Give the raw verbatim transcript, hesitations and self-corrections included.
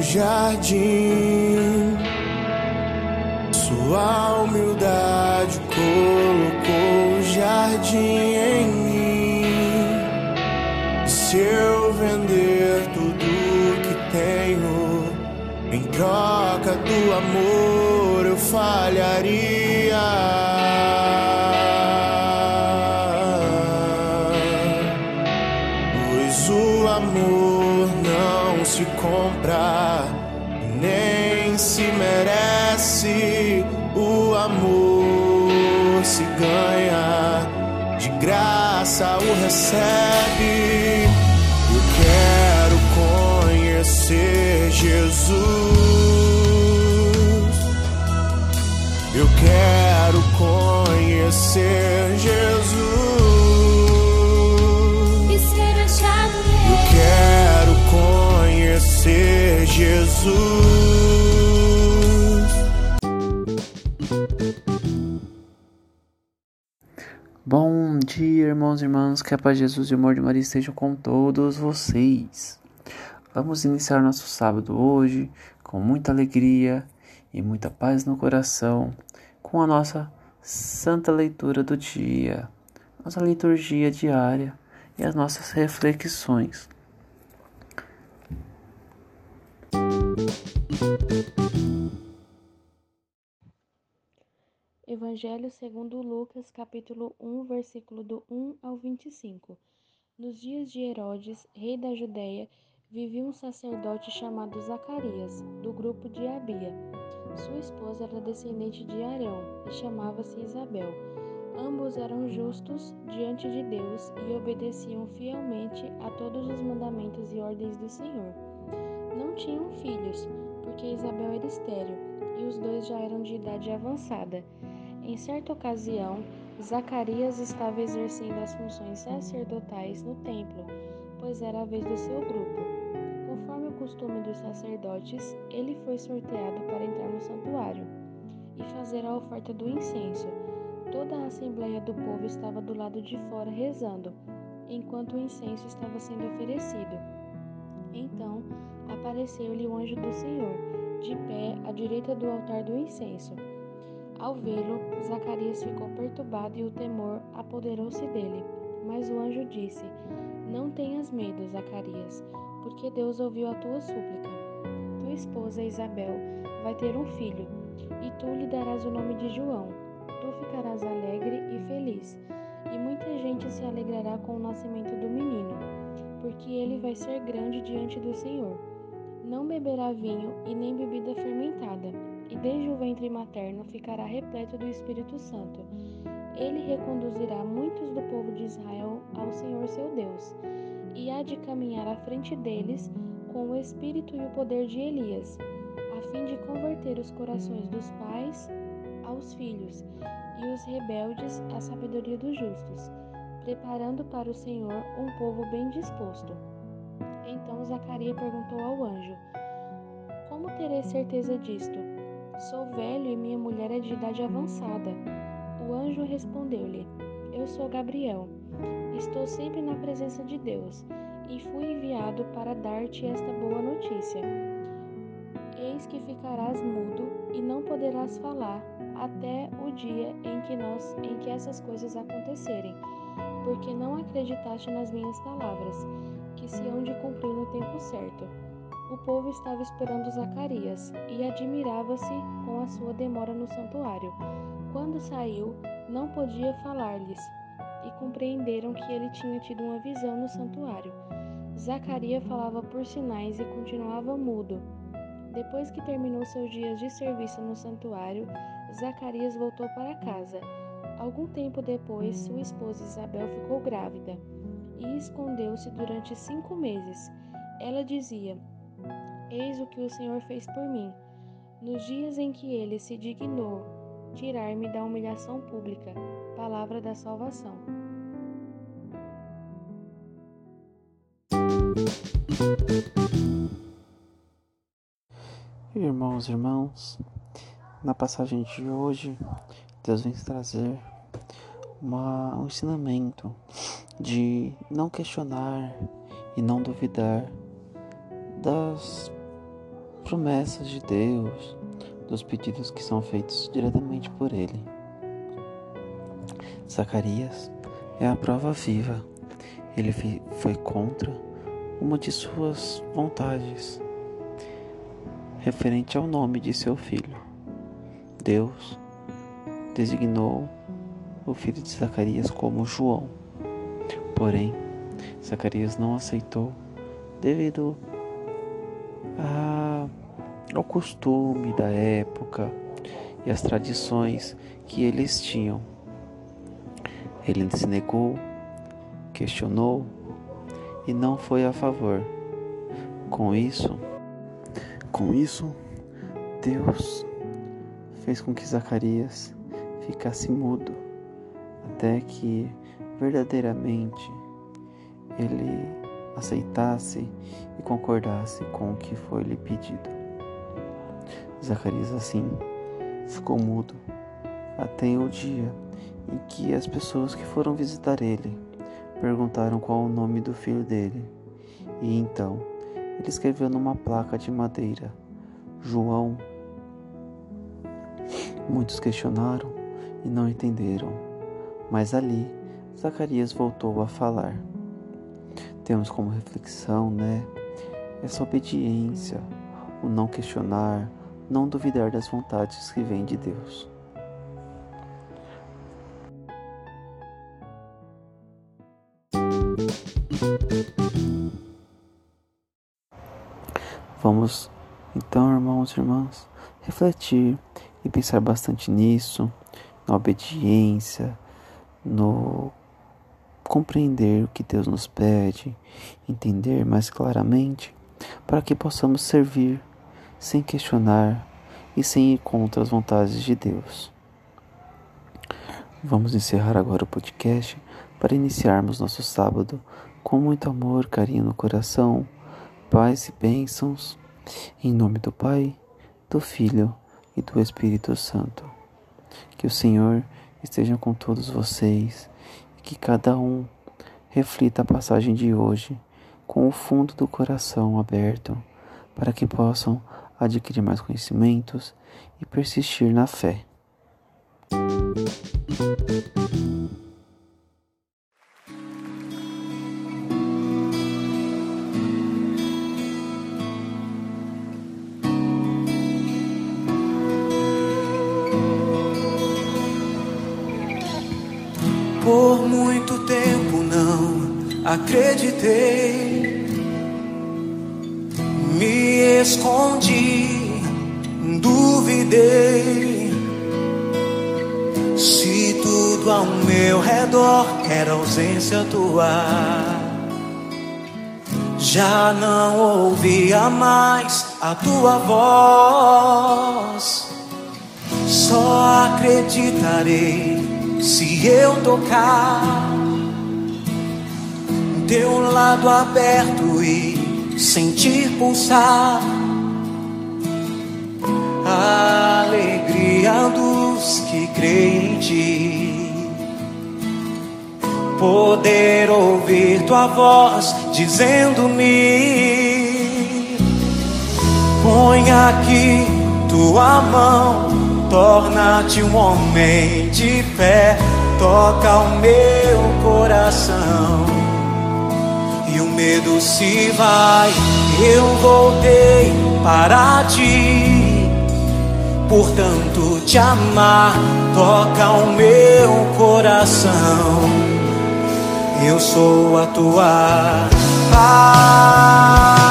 jardim. Sua humildade colocou o jardim em mim. Se eu vender tudo que tenho em troca do amor, eu falharia. Pois o amor não se compra, nem se merece. O amor se ganha, de graça o recebe. Eu quero conhecer Jesus. Eu quero conhecer Jesus. E ser achado nele. Eu quero conhecer Jesus. Bom dia, irmãos e irmãs, que a paz de Jesus e o amor de Maria estejam com todos vocês. Vamos iniciar nosso sábado hoje com muita alegria e muita paz no coração, com a nossa santa leitura do dia, nossa liturgia diária e as nossas reflexões. Evangelho segundo Lucas, capítulo um, versículo do um ao vinte e cinco. Nos dias de Herodes, rei da Judéia, vivia um sacerdote chamado Zacarias, do grupo de Abia. Sua esposa era descendente de Arão e chamava-se Isabel. Ambos eram justos diante de Deus e obedeciam fielmente a todos os mandamentos e ordens do Senhor. Não tinham filhos, porque Isabel era estéril, e os dois já eram de idade avançada. Em certa ocasião, Zacarias estava exercendo as funções sacerdotais no templo, pois era a vez do seu grupo. Conforme o costume dos sacerdotes, ele foi sorteado para entrar no santuário e fazer a oferta do incenso. Toda a assembleia do povo estava do lado de fora rezando, enquanto o incenso estava sendo oferecido. Então, apareceu-lhe o anjo do Senhor, de pé à direita do altar do incenso. Ao vê-lo, Zacarias ficou perturbado e o temor apoderou-se dele. Mas o anjo disse: Não tenhas medo, Zacarias, porque Deus ouviu a tua súplica. Tua esposa Isabel vai ter um filho, e tu lhe darás o nome de João. Tu ficarás alegre e feliz, e muita gente se alegrará com o nascimento do menino, porque ele vai ser grande diante do Senhor. Não beberá vinho e nem bebida fermentada, e desde o ventre materno ficará repleto do Espírito Santo. Ele reconduzirá muitos do povo de Israel ao Senhor seu Deus, e há de caminhar à frente deles com o espírito e o poder de Elias, a fim de converter os corações dos pais aos filhos, e os rebeldes à sabedoria dos justos, preparando para o Senhor um povo bem disposto. Então Zacarias perguntou ao anjo: Como terei certeza disto? Sou velho e minha mulher é de idade avançada. O anjo respondeu-lhe: Eu sou Gabriel. Estou sempre na presença de Deus, e fui enviado para dar-te esta boa notícia. Eis que ficarás mudo e não poderás falar até o dia em que, nós, em que essas coisas acontecerem, porque não acreditaste nas minhas palavras, que se hão de cumprir no tempo certo. O povo estava esperando Zacarias e admirava-se com a sua demora no santuário. Quando saiu, não podia falar-lhes, e compreenderam que ele tinha tido uma visão no santuário. Zacarias falava por sinais e continuava mudo. Depois que terminou seus dias de serviço no santuário, Zacarias voltou para casa. Algum tempo depois, sua esposa Isabel ficou grávida e escondeu-se durante cinco meses. Ela dizia: Eis o que o Senhor fez por mim, nos dias em que ele se dignou tirar-me da humilhação pública. Palavra da salvação. Irmãos e irmãs, na passagem de hoje, Deus vem trazer uma, um ensinamento de não questionar e não duvidar das promessas de Deus, dos pedidos que são feitos diretamente por Ele. Zacarias é a prova viva. Ele foi contra uma de suas vontades, referente ao nome de seu filho. Deus designou o filho de Zacarias como João. Porém, Zacarias não aceitou devido a, ao costume da época e as tradições que eles tinham. Ele se negou, questionou e não foi a favor. Com isso, com isso, Deus fez com que Zacarias ficasse mudo, até que verdadeiramente ele aceitasse e concordasse com o que foi lhe pedido. Zacarias assim ficou mudo até o dia em que as pessoas que foram visitar ele perguntaram qual o nome do filho dele, e então ele escreveu numa placa de madeira: João. Muitos questionaram e não entenderam, mas ali Zacarias voltou a falar. Temos como reflexão, né, essa obediência, o não questionar, não duvidar das vontades que vêm de Deus. Vamos então, irmãos e irmãs, refletir e pensar bastante nisso, na obediência, no compreender o que Deus nos pede, entender mais claramente, para que possamos servir sem questionar e sem ir contra as vontades de Deus. Vamos encerrar agora o podcast para iniciarmos nosso sábado com muito amor, carinho no coração, paz e bênçãos, em nome do Pai, do Filho e do Espírito Santo. Que o Senhor esteja com todos vocês e que cada um reflita a passagem de hoje com o fundo do coração aberto, para que possam adquirir mais conhecimentos e persistir na fé. Por muito tempo não acreditei, me escondi, duvidei. Se tudo ao meu redor era ausência tua, já não ouvia mais a tua voz. Só acreditarei se eu tocar teu lado aberto e sentir pulsar a alegria dos que creem em ti, poder ouvir tua voz dizendo-me: põe aqui tua mão, torna-te um homem de fé, toca o meu coração e o medo se vai. Eu voltei para ti, portanto te amar, toca o meu coração. Eu sou a tua paz.